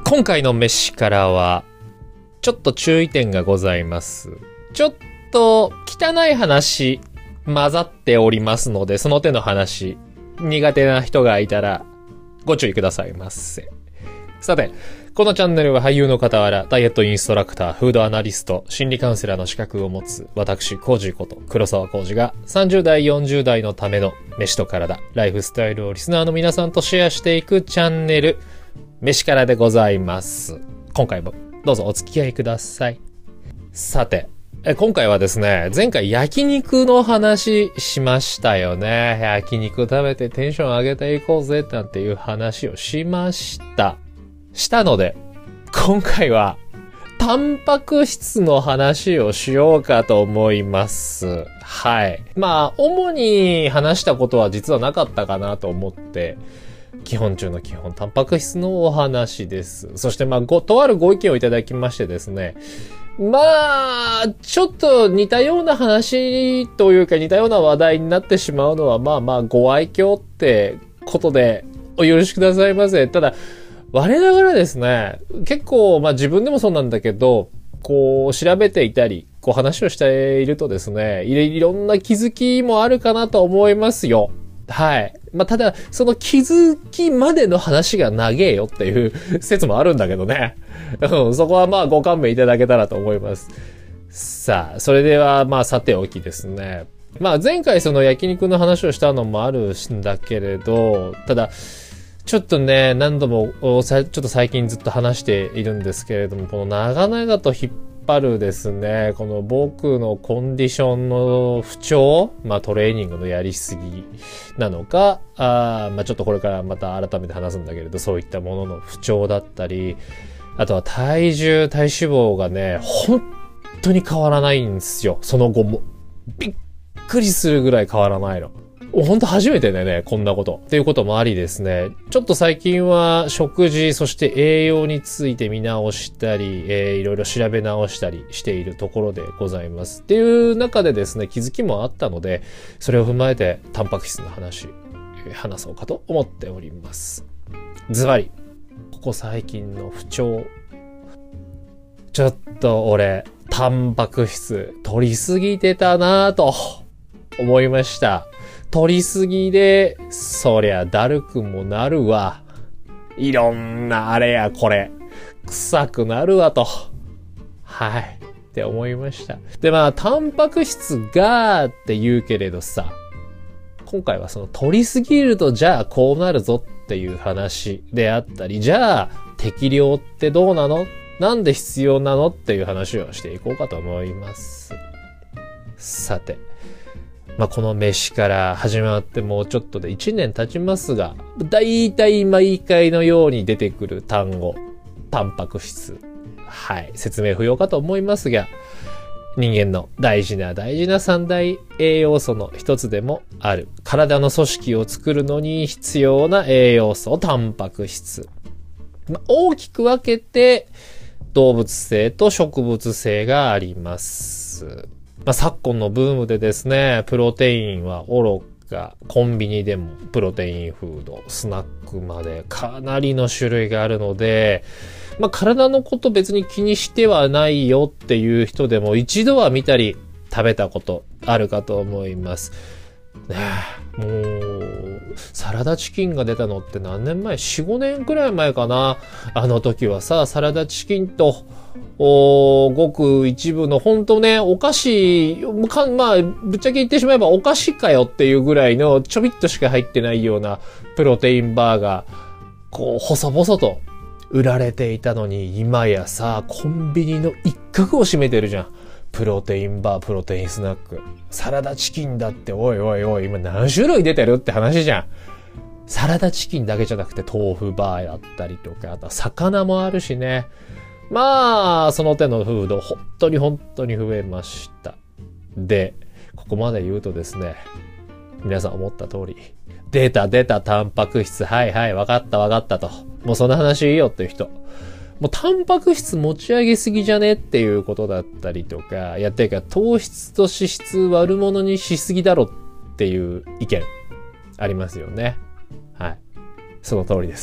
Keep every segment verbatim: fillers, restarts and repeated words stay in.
今回の飯からはちょっと注意点がございます。ちょっと汚い話混ざっておりますので、その手の話苦手な人がいたらご注意くださいませ。さて、このチャンネルは俳優の傍らダイエットインストラクター、フードアナリスト、心理カウンセラーの資格を持つ私コージーこと黒沢コージがさんじゅう代よんじゅう代のための飯と体、ライフスタイルをリスナーの皆さんとシェアしていくチャンネル飯からでございます。今回もどうぞお付き合いください。さて、え今回はですね、前回焼肉の話しましたよね。焼肉食べてテンション上げていこうぜなんていう話をしました。したので、今回はタンパク質の話をしようかと思います。はい。まあ、主に話したことは実はなかったかなと思って、基本中の基本、タンパク質のお話です。そしてまあ、ご、とあるご意見をいただきましてですね、まあ、ちょっと似たような話というか似たような話題になってしまうのはまあまあご愛嬌ってことでお許しくださいませ。ただ、我ながらですね、結構まあ自分でもそうなんだけど、こう調べていたり、こう話をしているとですね、いろいろんな気づきもあるかなと思いますよ。はい。まあ、ただ、その気づきまでの話が長えよっていう説もあるんだけどね。うん、そこはまあご勘弁いただけたらと思います。さあ、それではまあさておきですね。まあ前回その焼肉の話をしたのもあるんだけれど、ただ、ちょっとね、何度もちょっと最近ずっと話しているんですけれども、この長々と引っ張るですね、この僕のコンディションの不調、まあトレーニングのやりすぎなのか、あまあちょっとこれからまた改めて話すんだけれど、そういったものの不調だったり、あとは体重、体脂肪がね、本当に変わらないんですよ。その後も。びっくりするぐらい変わらないの。本当初めてだよね、こんなこと。っていうこともありですね。ちょっと最近は食事、そして栄養について見直したり、えー、いろいろ調べ直したりしているところでございます。っていう中でですね、気づきもあったので、それを踏まえてタンパク質の話、えー、話そうかと思っております。ズバリ、ここ最近の不調。ちょっと俺、タンパク質取りすぎてたなぁと思いました。取りすぎで、そりゃだるくもなるわ。いろんなあれやこれ、臭くなるわと。はい。って思いました。で、まあ、タンパク質がって言うけれどさ、今回はその取りすぎるとじゃあこうなるぞっていう話であったり、じゃあ適量ってどうなの？なんで必要なのっていう話をしていこうかと思います。さて。まあ、この飯から始まってもうちょっとでいちねん経ちますが、だいたい毎回のように出てくる単語、タンパク質。はい。説明不要かと思いますが、人間の大事な大事な三大栄養素の一つでもある。体の組織を作るのに必要な栄養素、タンパク質。まあ、大きく分けて、動物性と植物性があります。まあ、昨今のブームでですね、プロテインは愚か、コンビニでもプロテインフード、スナックまでかなりの種類があるので、まあ、体のこと別に気にしてはないよっていう人でも一度は見たり食べたことあるかと思います。ねえ、もう、サラダチキンが出たのって何年前 ?よん、ごねんくらい前かな。あの時はさ、サラダチキンと、おごく一部の本当ね、お菓子、まあ、ぶっちゃけ言ってしまえばお菓子かよっていうぐらいのちょびっとしか入ってないようなプロテインバーが、こう、細々と売られていたのに、今やさ、コンビニの一角を占めてるじゃん。プロテインバー、プロテインスナック。サラダチキンだって、おいおいおい、今何種類出てるって話じゃん。サラダチキンだけじゃなくて豆腐バーだったりとか、あとは魚もあるしね。まあ、その手のフード、本当に本当に増えました。で、ここまで言うとですね、皆さん思った通り、出た出たタンパク質、はいはい、わかったわかったと。もうその話いいよっていう人。もうタンパク質持ち上げすぎじゃねっていうことだったりとか、やってるから糖質と脂質悪者にしすぎだろっていう意見ありますよね。はい。その通りです。そ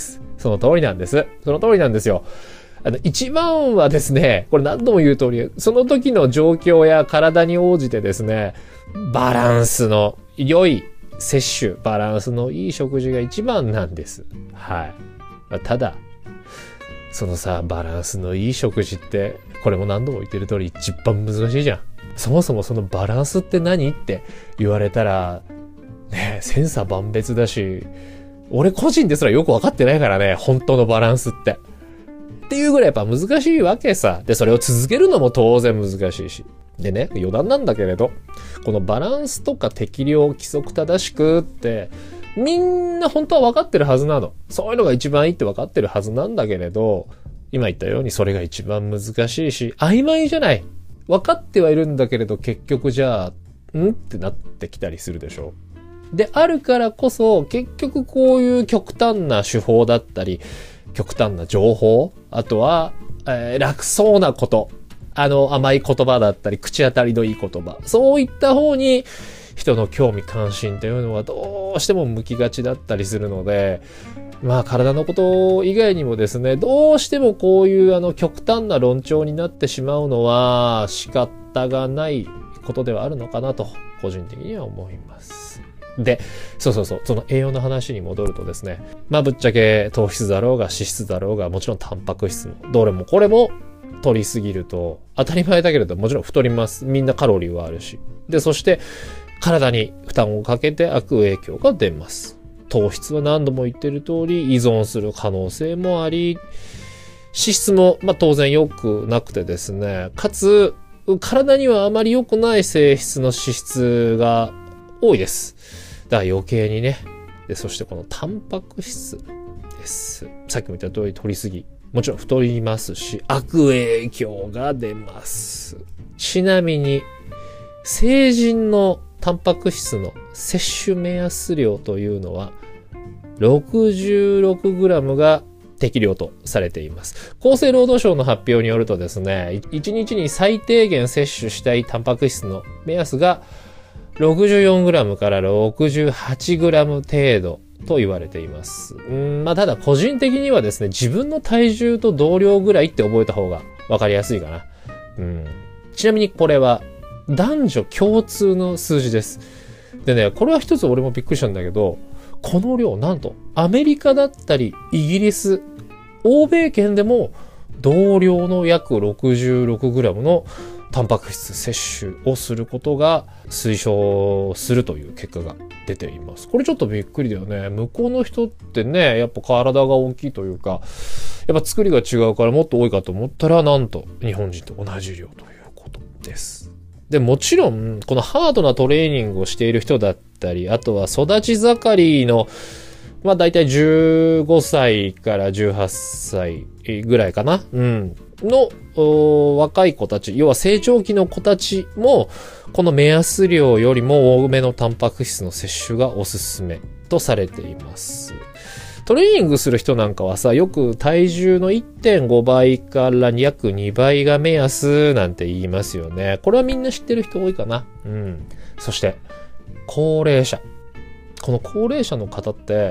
その通りなんです。その通りなんですよ。あの、一番はですね、これ何度も言う通り、その時の状況や体に応じてですね、バランスの良い摂取、バランスのいい食事が一番なんです。はい。ただ、そのさ、バランスのいい食事って、これも何度も言ってる通り一番難しいじゃん。そもそもそのバランスって何って言われたら、ね、千差万別だし、俺個人ですらよくわかってないからね、本当のバランスって。っていうぐらいやっぱ難しいわけさ。で、それを続けるのも当然難しいし。でね、余談なんだけれど、このバランスとか適量、規則正しくって、みんな本当は分かってるはずなの。そういうのが一番いいって分かってるはずなんだけれど、今言ったようにそれが一番難しいし、曖昧じゃない。分かってはいるんだけれど、結局じゃあ、んってなってきたりするでしょ。で、あるからこそ、結局こういう極端な手法だったり、極端な情報、あとは、えー、楽そうなこと、あの甘い言葉だったり、口当たりのいい言葉、そういった方に人の興味関心というのはどうしても向きがちだったりするので、まあ体のこと以外にもですね、どうしてもこういうあの極端な論調になってしまうのは仕方がないことではあるのかなと個人的には思います。で、そうそうそう、その栄養の話に戻るとですね、まあぶっちゃけ糖質だろうが脂質だろうが、もちろんタンパク質も、どれもこれも取りすぎると、当たり前だけれどもちろん太ります。みんなカロリーはあるし。で、そして体に負担をかけて悪影響が出ます。糖質は何度も言ってる通り依存する可能性もあり、脂質もまあ当然良くなくてですね、かつ体にはあまり良くない性質の脂質が多いです。だから余計にね。で、そしてこのタンパク質です。さっきも言った通り取りすぎ。もちろん太りますし、悪影響が出ます。ちなみに、成人のタンパク質の摂取目安量というのは、ろくじゅうろくグラム が適量とされています。厚生労働省の発表によるとですね、いちにちに最低限摂取したいタンパク質の目安が、ろくじゅうよんグラム からろくじゅうはちグラム 程度と言われています。うんまあ、ただ個人的にはですね、自分の体重と同量ぐらいって覚えた方が分かりやすいかな。うん、ちなみにこれは男女共通の数字です。でね、これは一つ俺もびっくりしたんだけど、この量なんとアメリカだったりイギリス、欧米圏でも同量の約 ろくじゅうろくグラム のタンパク質摂取をすることが推奨するという結果が出ています。これちょっとびっくりだよね。向こうの人ってね、やっぱ体が大きいというか、やっぱ作りが違うからもっと多いかと思ったら、なんと日本人と同じ量ということです。で、もちろん、このハードなトレーニングをしている人だったり、あとは育ち盛りの、まあ大体じゅうごさいからじゅうはっさいぐらいかな。うん。の若い子たち、要は成長期の子たちも、この目安量よりも多めのタンパク質の摂取がおすすめとされています。トレーニングする人なんかはさ、よく体重の いってんごばいから約にばいが目安なんて言いますよね。これはみんな知ってる人多いかな。うん。そして、高齢者。この高齢者の方って、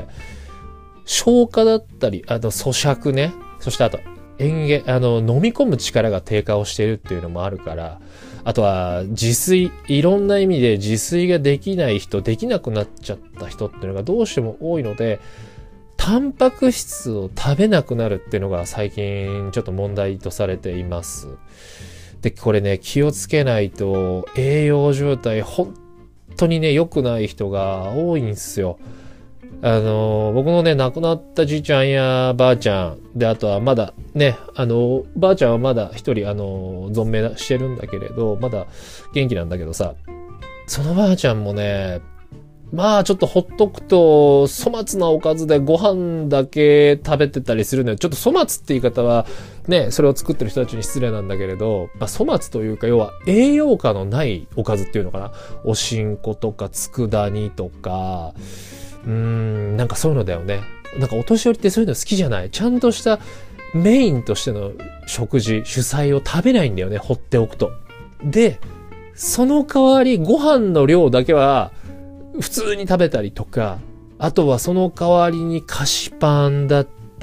消化だったり、あと咀嚼ね。そしてあと、嚥下、あの、飲み込む力が低下をしているっていうのもあるから、あとは、自炊、いろんな意味で自炊ができない人、できなくなっちゃった人っていうのがどうしても多いので、タンパク質を食べなくなるっていうのが最近ちょっと問題とされています。で、これね、気をつけないと栄養状態本当にね、良くない人が多いんですよ。あの、僕のね、亡くなったじいちゃんやばあちゃんで、あとはまだね、あの、ばあちゃんはまだ一人、あの、存命してるんだけれど、まだ元気なんだけどさ、そのばあちゃんもね、まあちょっとほっとくと粗末なおかずでご飯だけ食べてたりするのよ。ちょっと粗末って言い方はね、それを作ってる人たちに失礼なんだけれど、まあ粗末というか要は栄養価のないおかずっていうのかな。おしんことか佃煮とか、うーん、なんかそういうのだよね。なんかお年寄りってそういうの好きじゃない。ちゃんとしたメインとしての食事、主菜を食べないんだよね、放っておくと。で、その代わりご飯の量だけは普通に食べたりとか、あとはその代わりに菓子パンだった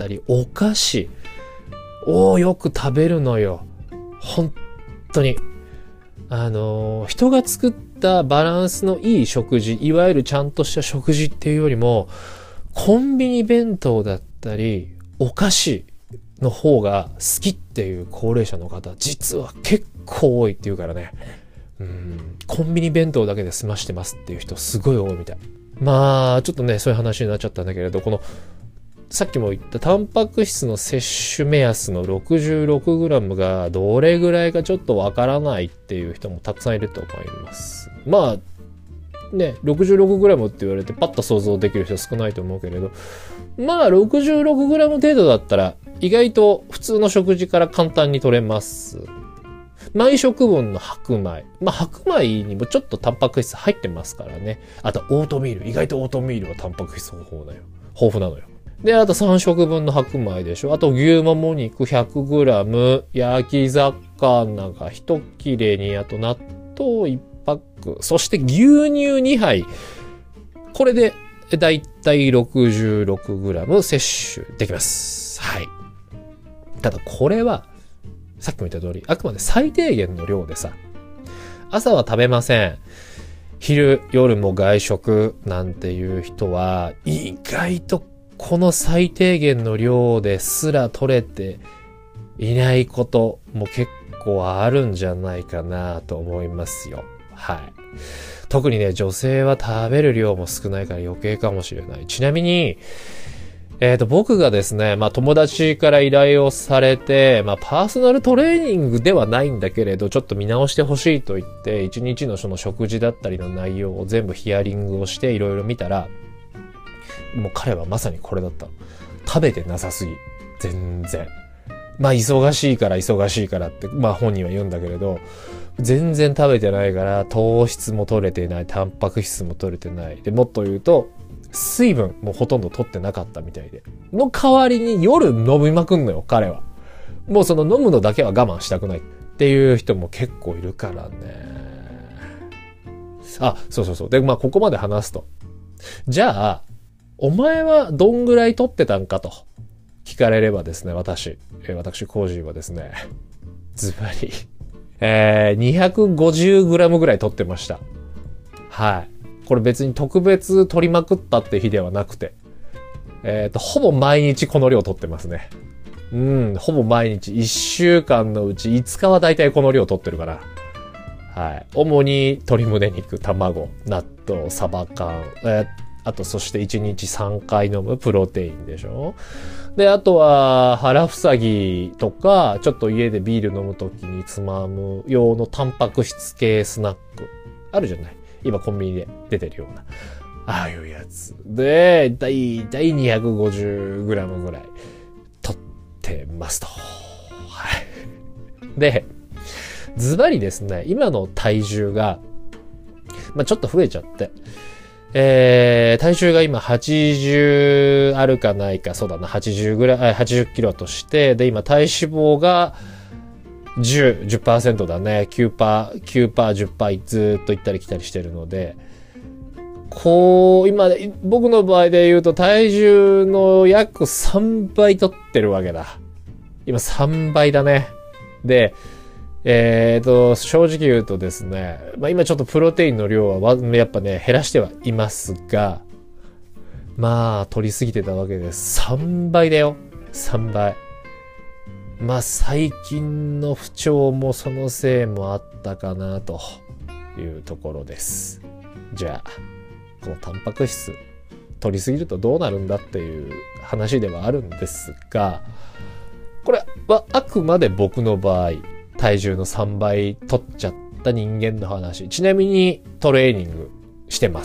ったり、お菓子をよく食べるのよ。本当に。あのー、人が作ったバランスのいい食事、いわゆるちゃんとした食事っていうよりも、コンビニ弁当だったり、お菓子の方が好きっていう高齢者の方、実は結構多いっていうからね。うん、コンビニ弁当だけで済ましてますっていう人すごい多いみたい。まあ、ちょっとね、そういう話になっちゃったんだけれど、この、さっきも言ったタンパク質の摂取目安の ろくじゅうろくグラム がどれぐらいかちょっとわからないっていう人もたくさんいると思います。まあ、ね、ろくじゅうろくグラム って言われてパッと想像できる人少ないと思うけれど、まあ ろくじゅうろくグラム 程度だったら意外と普通の食事から簡単に取れます。毎食分の白米。まあ白米にもちょっとタンパク質入ってますからね。あとオートミール。意外とオートミールはタンパク質豊富だよ。豊富なのよ。で、あとさん食分の白米でしょ。あと牛もも肉 ひゃくグラム、焼き魚が一切れに、あと納豆いちパック、そして牛乳にはい。これでだいたい ろくじゅうろくグラム 摂取できます。はい。ただこれは、さっきも言った通り、あくまで最低限の量でさ、朝は食べません。昼、夜も外食なんていう人は、意外とこの最低限の量ですら取れていないことも結構あるんじゃないかなと思いますよ。はい。特にね、女性は食べる量も少ないから余計かもしれない。ちなみに、えっと、僕がですね、まあ友達から依頼をされて、まあパーソナルトレーニングではないんだけれど、ちょっと見直してほしいと言って、一日のその食事だったりの内容を全部ヒアリングをしていろいろ見たら、もう彼はまさにこれだった。食べてなさすぎ。全然。まあ忙しいから忙しいからって、まあ本人は言うんだけれど、全然食べてないから糖質も取れてない、タンパク質も取れてない。で、もっと言うと、水分もほとんど取ってなかったみたいで。の代わりに夜飲みまくんのよ、彼は。もうその飲むのだけは我慢したくないっていう人も結構いるからね。あ、そうそうそう。で、まあここまで話すと。じゃあ、お前はどんぐらい取ってたんかと聞かれればですね、私、えー、私、コージーはですね、ズバリ、えー、にひゃくごじゅうグラム ぐらい取ってました。はい。これ別に特別取りまくったって日ではなくて、えっと、ほぼ毎日この量取ってますね。うん、ほぼ毎日、いっしゅうかんのうちいつかはだいたいこの量取ってるかな。はい。主に鶏胸肉、卵、納豆、サバ缶、えーあと、そしていちにちさんかい飲むプロテインでしょ。で、あとは、腹塞ぎとか、ちょっと家でビール飲むときにつまむ用のタンパク質系スナック。あるじゃない。今コンビニで出てるような。ああいうやつ。で、だいたい にひゃくごじゅうグラム ぐらい取ってますと。はい。で、ズバリですね、今の体重が、まあちょっと増えちゃって、えー、体重が今はちじゅうあるかないか、そうだな、はちじゅうぐらい、はちじゅっキロとして、で、今体脂肪がじゅう、じゅっパーセント だね、きゅうパーセント、きゅうパーセント、じゅっパーセント ずーっと行ったり来たりしてるので、こう、今、僕の場合で言うと体重の約さんばい取ってるわけだ。今さんばいだね。で、えーと、正直言うとですね、まあ今ちょっとプロテインの量はやっぱね、減らしてはいますが、まあ、取りすぎてたわけです。さんばいだよ。さんばい。まあ最近の不調もそのせいもあったかなというところです。じゃあ、このタンパク質、取りすぎるとどうなるんだっていう話ではあるんですが、これはあくまで僕の場合、体重のさんばい取っちゃった人間の話。ちなみにトレーニングしてます。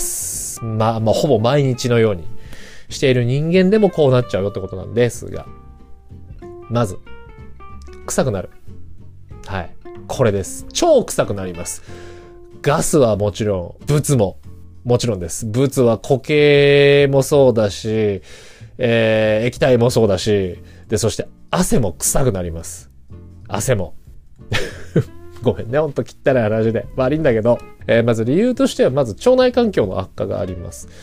まあ、まあ、ほぼ毎日のようにしている人間でもこうなっちゃうよってことなんですが。まず、臭くなる。はい。これです。超臭くなります。ガスはもちろん、物ももちろんです。物は固形もそうだし、えー、液体もそうだし、で、そして汗も臭くなります。汗も。ごめんね、ほんと汚い話で悪いんだけど、えー、まず理由としてはまず腸内環境の悪化があります。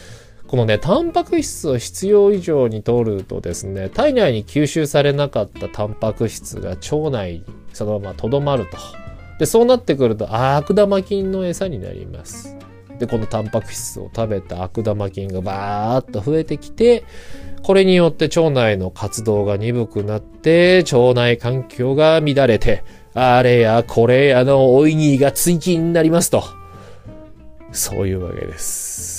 このね、タンパク質を必要以上に摂るとですね、体内に吸収されなかったタンパク質が腸内にそのまま留まると。で、そうなってくると悪玉菌の餌になります。で、このタンパク質を食べた悪玉菌がバーッと増えてきて、これによって腸内の活動が鈍くなって、腸内環境が乱れて、あれやこれやのおいにが追記になりますと。そういうわけです。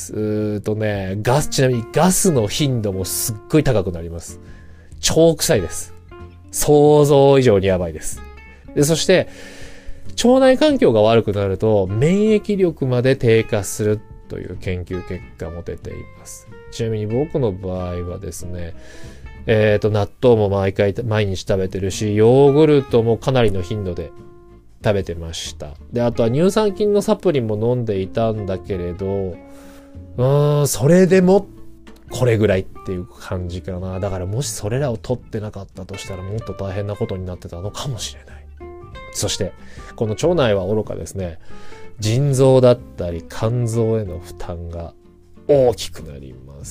うーとね、ガス、ちなみにガスの頻度もすっごい高くなります。超臭いです。想像以上にやばいです。で、そして、腸内環境が悪くなると、免疫力まで低下するという研究結果も出ています。ちなみに僕の場合はですね、えっと、納豆も毎回、毎日食べてるし、ヨーグルトもかなりの頻度で食べてました。で、あとは乳酸菌のサプリも飲んでいたんだけれど、うーん、それでもこれぐらいっていう感じかな。だからもしそれらを取ってなかったとしたらもっと大変なことになってたのかもしれない。そして、この腸内は愚かですね、腎臓だったり肝臓への負担が大きくなります。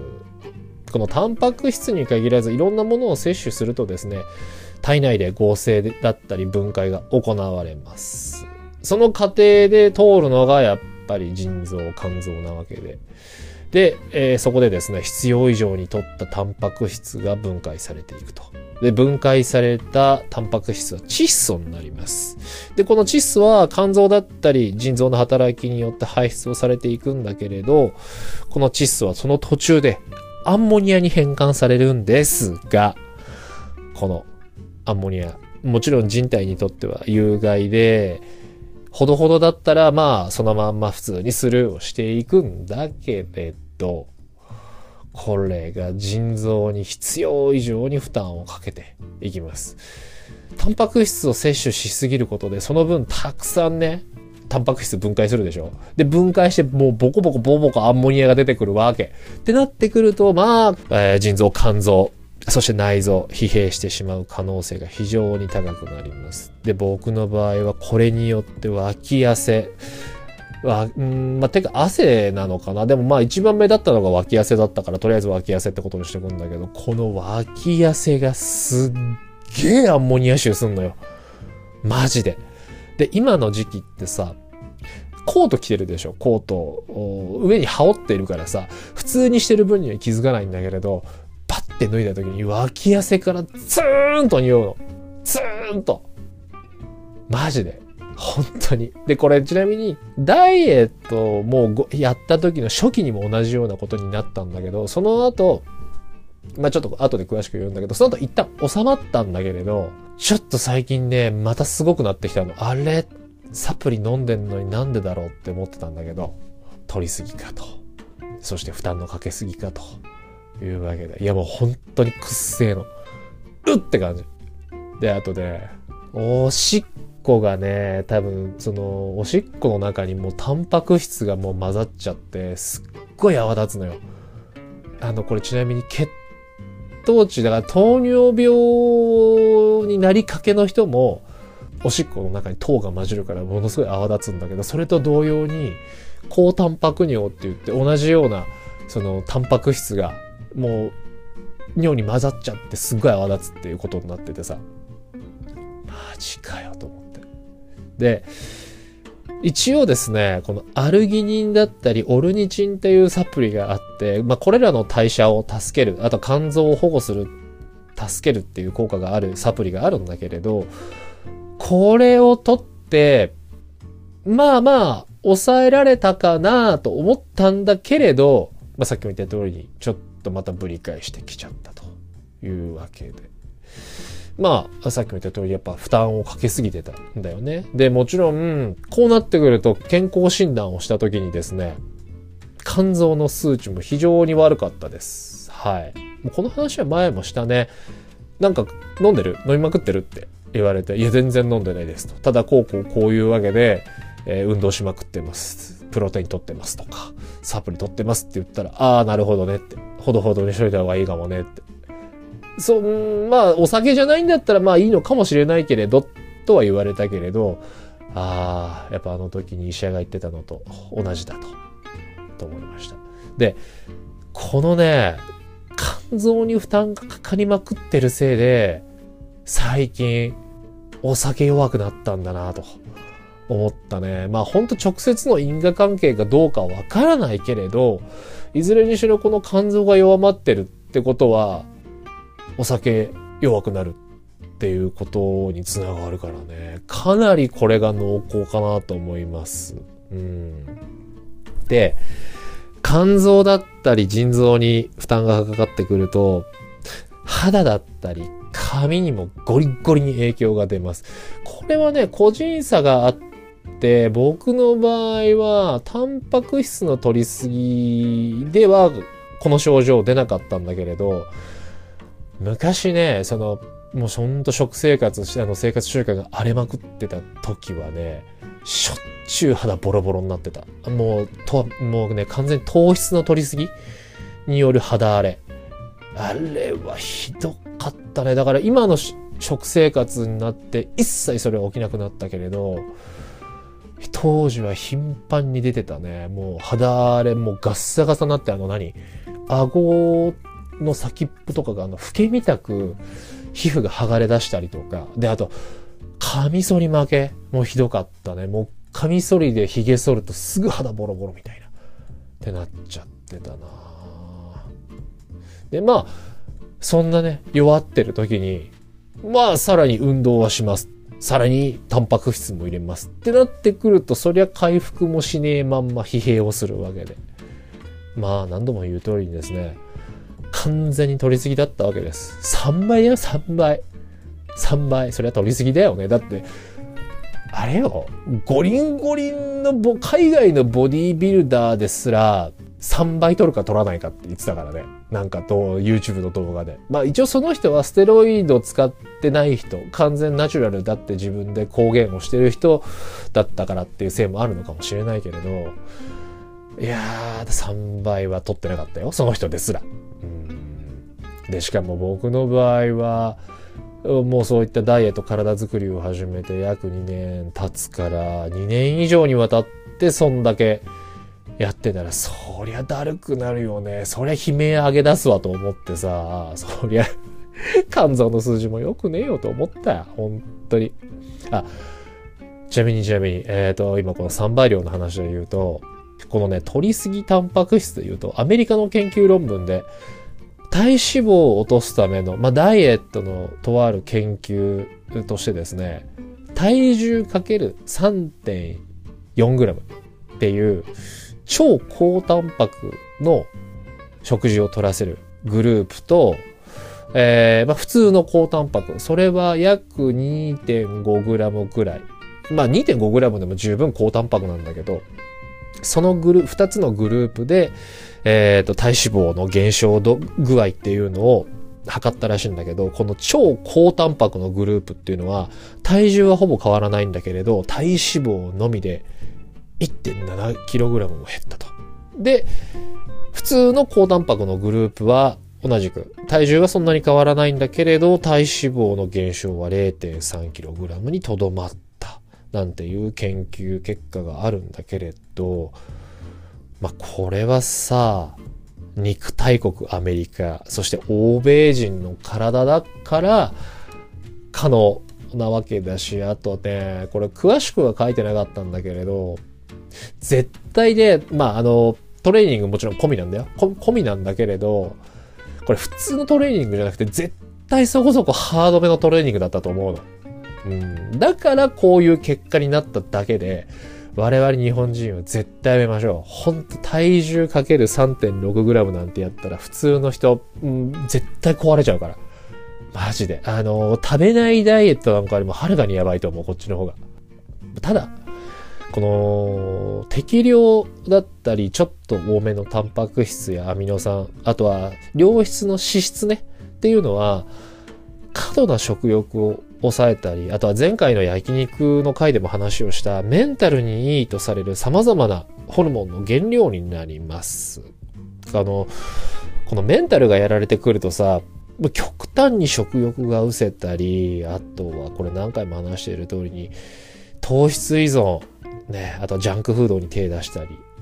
このタンパク質に限らずいろんなものを摂取するとですね、体内で合成だったり分解が行われます。その過程で通るのがやっぱり腎臓、肝臓なわけで。で、えー、そこでですね、必要以上に取ったタンパク質が分解されていくと。で、分解されたタンパク質は窒素になります。で、この窒素は肝臓だったり腎臓の働きによって排出をされていくんだけれど、この窒素はその途中でアンモニアに変換されるんですが、このアンモニア、もちろん人体にとっては有害で、ほどほどだったらまあそのまんま普通にスルーをしていくんだけれど、これが腎臓に必要以上に負担をかけていきます。タンパク質を摂取しすぎることでその分たくさんね、タンパク質分解するでしょ。で、分解してもうボコボコボコボコアンモニアが出てくるわけ。ってなってくると、まあ、えー、腎臓、肝臓、そして内臓、疲弊してしまう可能性が非常に高くなります。で、僕の場合はこれによって脇汗、わ、んまあ、てか汗なのかな。でもまあ一番目だったのが脇汗だったから、とりあえず脇汗ってことにしておくんだけど、この脇汗がすっげえアンモニア臭すんのよ。マジで。で、今の時期ってさ、コート着てるでしょ、コート。上に羽織ってるからさ、普通にしてる分には気づかないんだけれど、パッて脱いだ時に脇汗からツーンと匂うの。ツーンと。マジで。本当に。で、これちなみに、ダイエットもやった時の初期にも同じようなことになったんだけど、その後、まあちょっと後で詳しく言うんだけど、その後一旦収まったんだけれど、ちょっと最近ね、またすごくなってきたの。あれ、サプリ飲んでんのになんでだろうって思ってたんだけど、取りすぎかと。そして負担のかけすぎかというわけで。いやもう本当にくっせーの。うって感じ。で、あとで、おしっこがね、多分、その、おしっこの中にもうタンパク質がもう混ざっちゃって、すっごい泡立つのよ。あの、これちなみに血糖値、だから糖尿病になりかけの人も、おしっこの中に糖が混じるからものすごい泡立つんだけど、それと同様に、高タンパク尿って言って同じような、その、タンパク質が、もう、尿に混ざっちゃってすっごい泡立つっていうことになっててさ、マジかよと思って。で、一応ですね、このアルギニンだったりオルニチンっていうサプリがあって、まあこれらの代謝を助ける、あと肝臓を保護する、助けるっていう効果があるサプリがあるんだけれど、これを取って、まあまあ抑えられたかなと思ったんだけれど、まあさっきも言った通りにちょっとまたぶり返してきちゃったというわけで。まあ、さっきも言った通り、やっぱ負担をかけすぎてたんだよね。で、もちろん、こうなってくると健康診断をした時にですね、肝臓の数値も非常に悪かったです。はい。もうこの話は前もしたね。なんか、飲んでる？飲みまくってるって言われて、いや、全然飲んでないですと。ただ、こうこうこういうわけで、えー、運動しまくってます。プロテイン取ってますとか、サプリ取ってますって言ったら、ああ、なるほどねって。ほどほどにしといた方がいいかもねって。そう、まあ、お酒じゃないんだったらまあいいのかもしれないけれど、とは言われたけれど、ああ、やっぱあの時に医者が言ってたのと同じだと、と思いました。 で、このね、肝臓に負担がかかりまくってるせいで、最近、お酒弱くなったんだなと思ったね。まあほんと直接の因果関係かどうかはわからないけれど、いずれにしろこの肝臓が弱まってるってことは、お酒弱くなるっていうことにつながるからね。かなりこれが濃厚かなと思います。うん。で、肝臓だったり腎臓に負担がかかってくると、肌だったり髪にもゴリゴリに影響が出ます。これはね、個人差があって、僕の場合はタンパク質の摂りすぎではこの症状出なかったんだけれど、昔ね、そのもうほんと食生活して、あの生活習慣が荒れまくってた時はね、しょっちゅう肌ボロボロになってた。もうともうね、完全に糖質の摂りすぎによる肌荒れ。あれはひどかったね。だから今の食生活になって一切それは起きなくなったけれど、当時は頻繁に出てたね。もう肌荒れもガッサガサになって、あの何顎の先っぽとかがあの老けみたく皮膚が剥がれ出したりとか。で、あとカミソリ負けもひどかったね。もうカミソリで髭剃るとすぐ肌ボロボロみたいなってなっちゃってたな。で、まあそんなね弱ってる時に、まあさらに運動はします。さらにタンパク質も入れますってなってくると、そりゃ回復もしねえまんま疲弊をするわけで、まあ何度も言う通りにですね、完全に取りすぎだったわけです。さんばいだよ、さんばい。さんばい。それは取りすぎだよね。だって、あれよ、ゴリンゴリンのボ、海外のボディービルダーですら、さんばい取るか取らないかって言ってたからね。なんかと、YouTube の動画で。まあ一応その人はステロイド使ってない人、完全ナチュラルだって自分で公言をしてる人だったからっていうせいもあるのかもしれないけれど、いやー、さんばいは取ってなかったよ。その人ですら。うんで、しかも僕の場合は、もうそういったダイエット、体作りを始めて約にねん経つから、にねん以上にわたってそんだけやってたら、そりゃだるくなるよね。そりゃ悲鳴上げ出すわと思ってさ、そりゃ肝臓の数字も良くねえよと思ったよ。本当に。あ、ちなみにちなみに、えっと、今このさんばい量の話で言うと、このね、摂りすぎタンパク質で言うと、アメリカの研究論文で、体脂肪を落とすための、まあ、ダイエットのとある研究としてですね、体重 ×さんてんよんグラム っていう超高タンパクの食事を取らせるグループと、えーまあ、普通の高タンパク、それは約 にてんごグラム ぐらい。まあ にてんごグラム でも十分高タンパクなんだけど、そのグルふたつのグループで、えっと、体脂肪の減少度具合っていうのを測ったらしいんだけど、この超高タンパクのグループっていうのは、体重はほぼ変わらないんだけれど、体脂肪のみで いってんななキログラム も減ったと。で、普通の高タンパクのグループは同じく、体重はそんなに変わらないんだけれど、体脂肪の減少は れいてんさんキログラム にとどまった。なんていう研究結果があるんだけれど、まあ、これはさ、肉大国アメリカ、そして欧米人の体だから可能なわけだし、あとね、これ詳しくは書いてなかったんだけれど、絶対で、まあ、あの、トレーニングもちろん込みなんだよ。込みなんだけれど、これ普通のトレーニングじゃなくて、絶対そこそこハードめのトレーニングだったと思うの。うん、だからこういう結果になっただけで、我々日本人は絶対やめましょう。ほんと体重 かけるさんてんろくグラム なんてやったら普通の人、うん、絶対壊れちゃうから。マジで。あの、食べないダイエットなんかよりもはるかにやばいと思う、こっちの方が。ただ、この適量だったりちょっと多めのタンパク質やアミノ酸、あとは良質の脂質ねっていうのは過度な食欲を抑えたり、あとは前回の焼肉の回でも話をしたメンタルにいいとされる様々なホルモンの原料になります。あの、このメンタルがやられてくるとさ、極端に食欲が失せたり、あとはこれ何回も話している通りに糖質依存、ね、あとはジャンクフードに手出したり、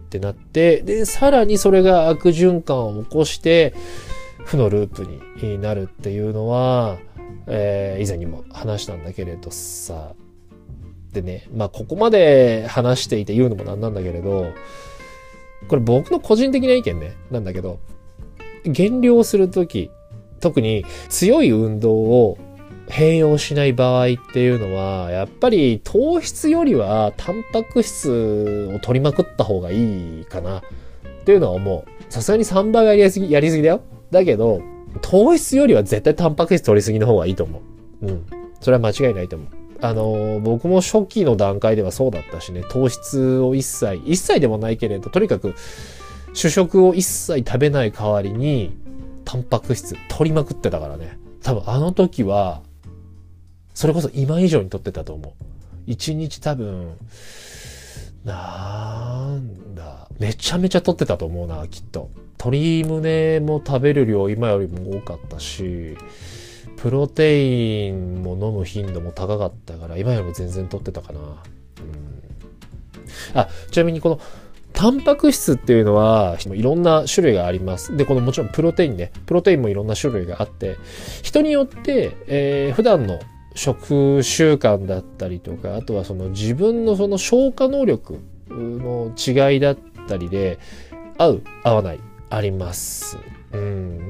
ってなって、で、さらにそれが悪循環を起こして、負のループになるっていうのは、えー、以前にも話したんだけれどさ。でね、まあここまで話していて言うのもなんなんだけれど、これ僕の個人的な意見ね、なんだけど、減量するとき、特に強い運動を併用しない場合っていうのは、やっぱり糖質よりはタンパク質を取りまくった方がいいかなっていうのは思う。さすがにさんばいがやりすぎ、やりすぎだよ。だけど、糖質よりは絶対タンパク質取りすぎの方がいいと思う。うん。それは間違いないと思う。あのー、僕も初期の段階ではそうだったしね、糖質を一切、一切でもないけれど、とにかく主食を一切食べない代わりに、タンパク質取りまくってたからね。多分あの時は、それこそ今以上に取ってたと思う。一日多分、なんだ、めちゃめちゃ取ってたと思うな、きっと。鶏胸も食べる量今よりも多かったし、プロテインも飲む頻度も高かったから、今よりも全然取ってたかな。うん、あ、ちなみにこの、タンパク質っていうのはいろんな種類があります。で、このもちろんプロテインね。プロテインもいろんな種類があって、人によって、えー、普段の食習慣だったりとか、あとはその自分のその消化能力の違いだったりで、合う、合わない、あります。うん。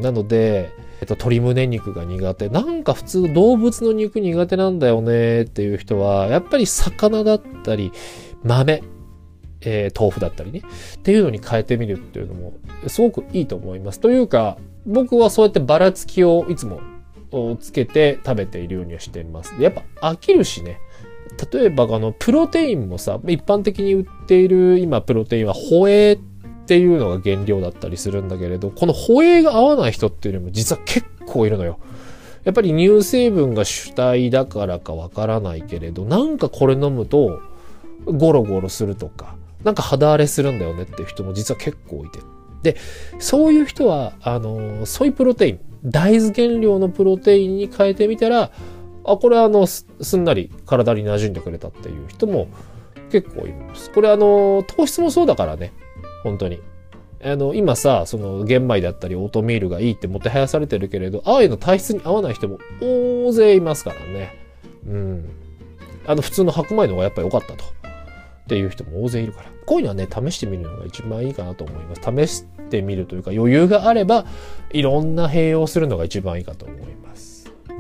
なので、えっと、鶏胸肉が苦手。なんか普通動物の肉苦手なんだよねっていう人は、やっぱり魚だったり、豆、えー、豆腐だったりね。っていうのに変えてみるっていうのも、すごくいいと思います。というか、僕はそうやってばらつきをいつもつけて食べているようにはしています。やっぱ飽きるしね。例えばあの、プロテインもさ、一般的に売っている今プロテインはホエーっていうのが原料だったりするんだけれど、このホエーが合わない人っていうのも実は結構いるのよ。やっぱり乳成分が主体だからかわからないけれど、なんかこれ飲むとゴロゴロするとか、なんか肌荒れするんだよねっていう人も実は結構いて。で、そういう人は、あの、ソイプロテイン、大豆原料のプロテインに変えてみたら、あ、これはあの、す, すんなり体に馴染んでくれたっていう人も結構います。これあの、糖質もそうだからね。本当に。あの、今さ、その玄米だったりオートミールがいいってもてはやされてるけれど、ああいうの体質に合わない人も大勢いますからね。うん。あの、普通の白米の方がやっぱり良かったと。っていう人も大勢いるから。こういうのはね、試してみるのが一番いいかなと思います。試してみるというか、余裕があれば、いろんな併用するのが一番いいかと思います。うん、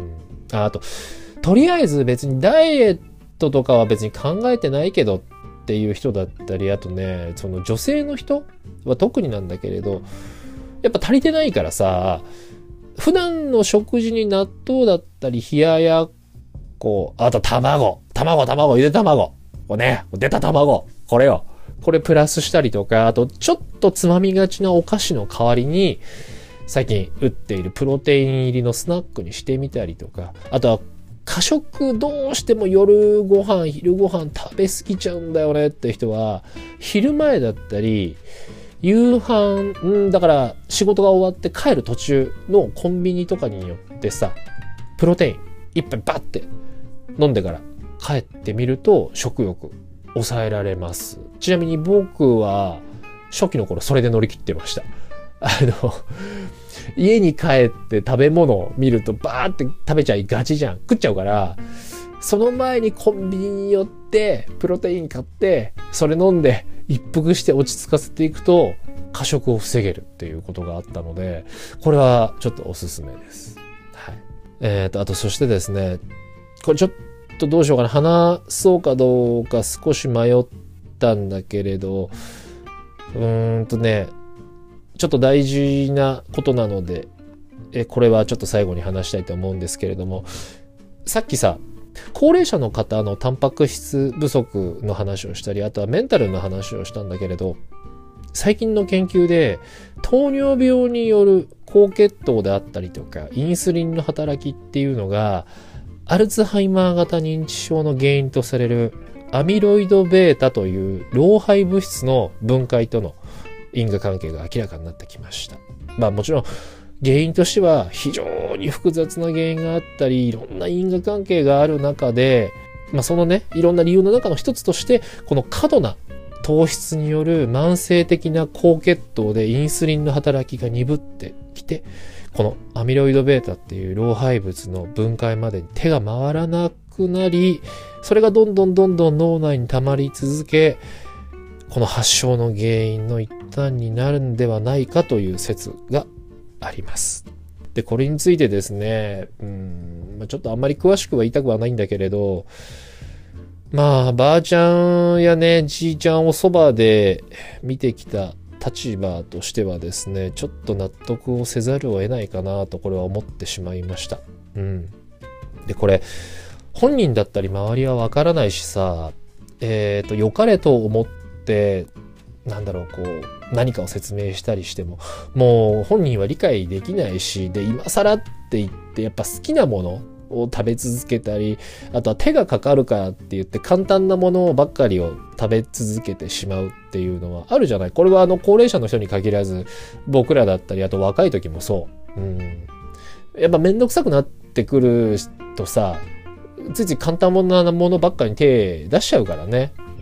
あ, あと、とりあえず別にダイエットとかは別に考えてないけどっていう人だったり、あとね、その女性の人は特になんだけれど、やっぱ足りてないからさ、普段の食事に納豆だったり、冷ややっこ、あと卵、卵、卵、ゆで卵。これね、出た卵。これよ。これプラスしたりとか、あとちょっとつまみがちなお菓子の代わりに、最近売っているプロテイン入りのスナックにしてみたりとか、あとは過食どうしても夜ご飯、昼ご飯食べ過ぎちゃうんだよねって人は、昼前だったり、夕飯、んだから仕事が終わって帰る途中のコンビニとかによってさ、プロテイン一杯バッて飲んでから帰ってみると食欲抑えられます。ちなみに僕は初期の頃それで乗り切ってました。あの、家に帰って食べ物を見るとバーって食べちゃいがちじゃん。食っちゃうから、その前にコンビニに寄ってプロテイン買って、それ飲んで一服して落ち着かせていくと過食を防げるっていうことがあったので、これはちょっとおすすめです。はい。えーと、あとそしてですね、これちょっとどうしようかな、話そうかどうか少し迷ったんだけれど、うーんとね、ちょっと大事なことなので、え、これはちょっと最後に話したいと思うんですけれども、さっきさ、高齢者の方のタンパク質不足の話をしたり、あとはメンタルの話をしたんだけれど、最近の研究で糖尿病による高血糖であったりとか、インスリンの働きっていうのが、アルツハイマー型認知症の原因とされるアミロイド β という老廃物質の分解との因果関係が明らかになってきました。まあもちろん原因としては非常に複雑な原因があったり、いろんな因果関係がある中で、まあそのね、いろんな理由の中の一つとして、この過度な糖質による慢性的な高血糖でインスリンの働きが鈍ってきて、このアミロイド β っていう老廃物の分解までに手が回らなくなり、それがどんどんどんどん脳内に溜まり続け、この発症の原因の一端になるんではないかという説があります。で、これについてですね、うーん、ちょっとあんまり詳しくは言いたくはないんだけれど、まあ、ばあちゃんやね、じいちゃんをそばで見てきた立場としてはですね、ちょっと納得をせざるを得ないかなと、これは思ってしまいました。うん。で、これ、本人だったり周りはわからないしさ、えっと、良かれと思って、なんだろう、こう、何かを説明したりしても、もう本人は理解できないし、で、今更って言って、やっぱ好きなものを食べ続けたり、あとは手がかかるからって言って簡単なものばっかりを食べ続けてしまうっていうのはあるじゃない。これはあの高齢者の人に限らず、僕らだったり、あと若い時もそう。うん。やっぱめんどくさくなってくるとさ、ついつい簡単なものばっかりに手出しちゃうからね。うん。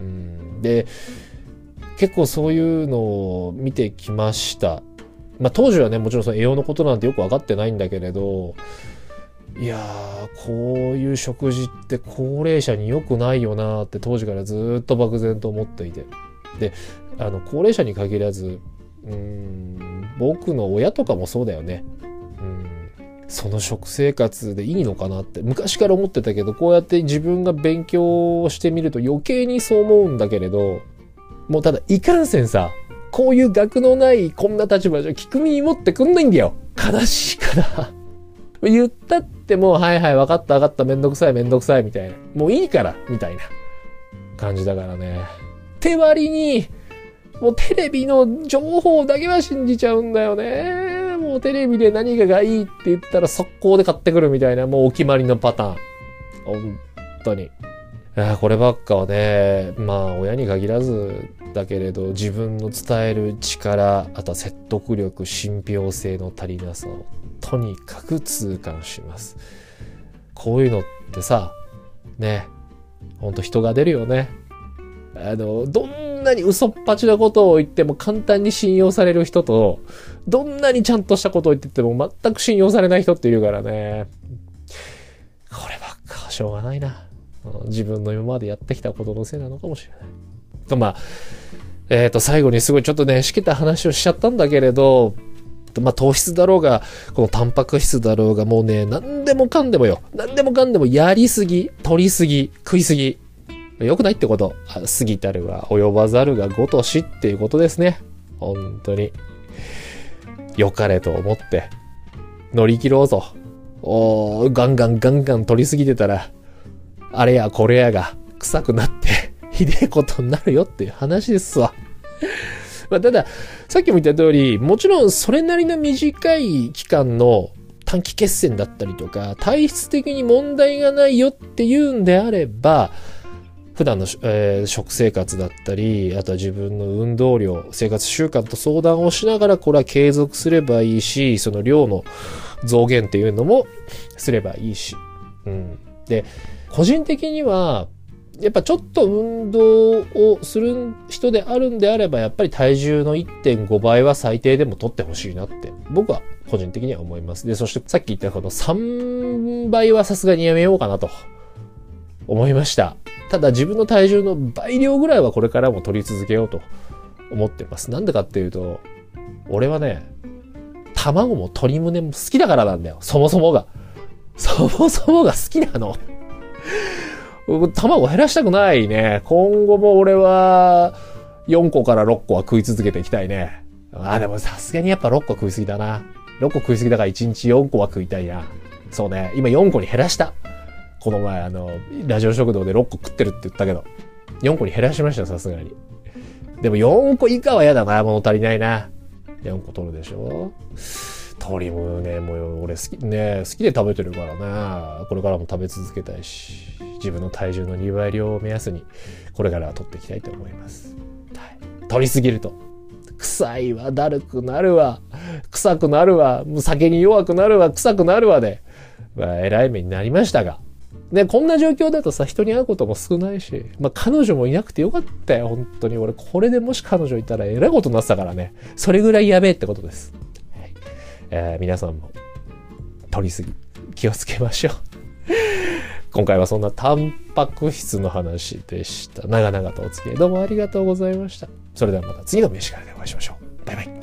で、結構そういうのを見てきました。まあ当時はね、もちろんその栄養のことなんてよくわかってないんだけれど、いやー、こういう食事って高齢者に良くないよなーって当時からずっと漠然と思っていて。で、あの、高齢者に限らず、うーん、僕の親とかもそうだよね。うん、その食生活でいいのかなって昔から思ってたけど、こうやって自分が勉強してみると余計にそう思うんだけれど、もうただいかんせんさ、こういう学のないこんな立場じゃ聞く耳持ってくんないんだよ。悲しいから。言ったってもうはいはい分かった分かっためんどくさいめんどくさいみたいな。もういいからみたいな感じだからね。手割りにもうテレビの情報だけは信じちゃうんだよね。もうテレビで何かがいいって言ったら速攻で買ってくるみたいなもうお決まりのパターン。本当に。あこればっかはね、まあ親に限らずだけれど自分の伝える力、あとは説得力、信憑性の足りなさをとにかく痛感します。こういうのってさ、ね、ほんと人が出るよね。あの、どんなに嘘っぱちなことを言っても簡単に信用される人と、どんなにちゃんとしたことを言ってても全く信用されない人っているからね。こればっかはしょうがないな。自分の今までやってきたことのせいなのかもしれない。と、まあ、えっと、最後にすごいちょっとね、しけた話をしちゃったんだけれど、まあ、糖質だろうが、このタンパク質だろうが、もうね、何でもかんでもよ。何でもかんでもやりすぎ、取りすぎ、食いすぎ。良くないってこと。過ぎたるは及ばざるがごとしっていうことですね。本当に。良かれと思って、乗り切ろうぞ。おー、ガンガンガンガン取りすぎてたら、あれやこれやが臭くなって、ひでえことになるよっていう話ですわ。まあ、ただ、さっきも言った通り、もちろんそれなりの短い期間の短期決戦だったりとか、体質的に問題がないよっていうんであれば、普段の、えー、食生活だったり、あとは自分の運動量、生活習慣と相談をしながらこれは継続すればいいし、その量の増減っていうのもすればいいし。うん、で、個人的には、やっぱちょっと運動をする人であるんであれば、やっぱり体重の いってんご 倍は最低でも取ってほしいなって、僕は個人的には思います。で、そしてさっき言ったこのさんばいはさすがにやめようかなと思いました。ただ自分の体重の倍量ぐらいはこれからも取り続けようと思ってます。なんでかっていうと、俺はね、卵も鶏胸も好きだからなんだよ。そもそもが。そもそもが好きなの。卵減らしたくないね。今後も俺はよんこからろっこは食い続けていきたいね。あ、でもさすがにやっぱろっこ食いすぎだな。ろっこ食いすぎだからいちにちよんこは食いたいな。そうね。今よんこに減らした。この前あの、ラジオ食堂でろっこ食ってるって言ったけど、よんこに減らしました、さすがに。でもよんこ以下は嫌だな。物足りないな。よんこ取るでしょ。鶏もね、もう俺好き、ね、好きで食べてるからね。これからも食べ続けたいし、自分の体重のにばい量を目安に、これからは取っていきたいと思います。はい、取りすぎると、臭いわ、だるくなるわ、臭くなるわ、もう酒に弱くなるわ、臭くなるわで、まあ、えらい目になりましたが、 で、こんな状況だとさ、人に会うことも少ないし、まあ彼女もいなくてよかったよ、本当に。俺、これでもし彼女いたらえらいことになってたからね。それぐらいやべえってことです。はい、えー、皆さんも、取りすぎ、気をつけましょう。今回はそんなタンパク質の話でした。長々とお付き合いどうもありがとうございました。それではまた次の飯からでお会いしましょう。バイバイ。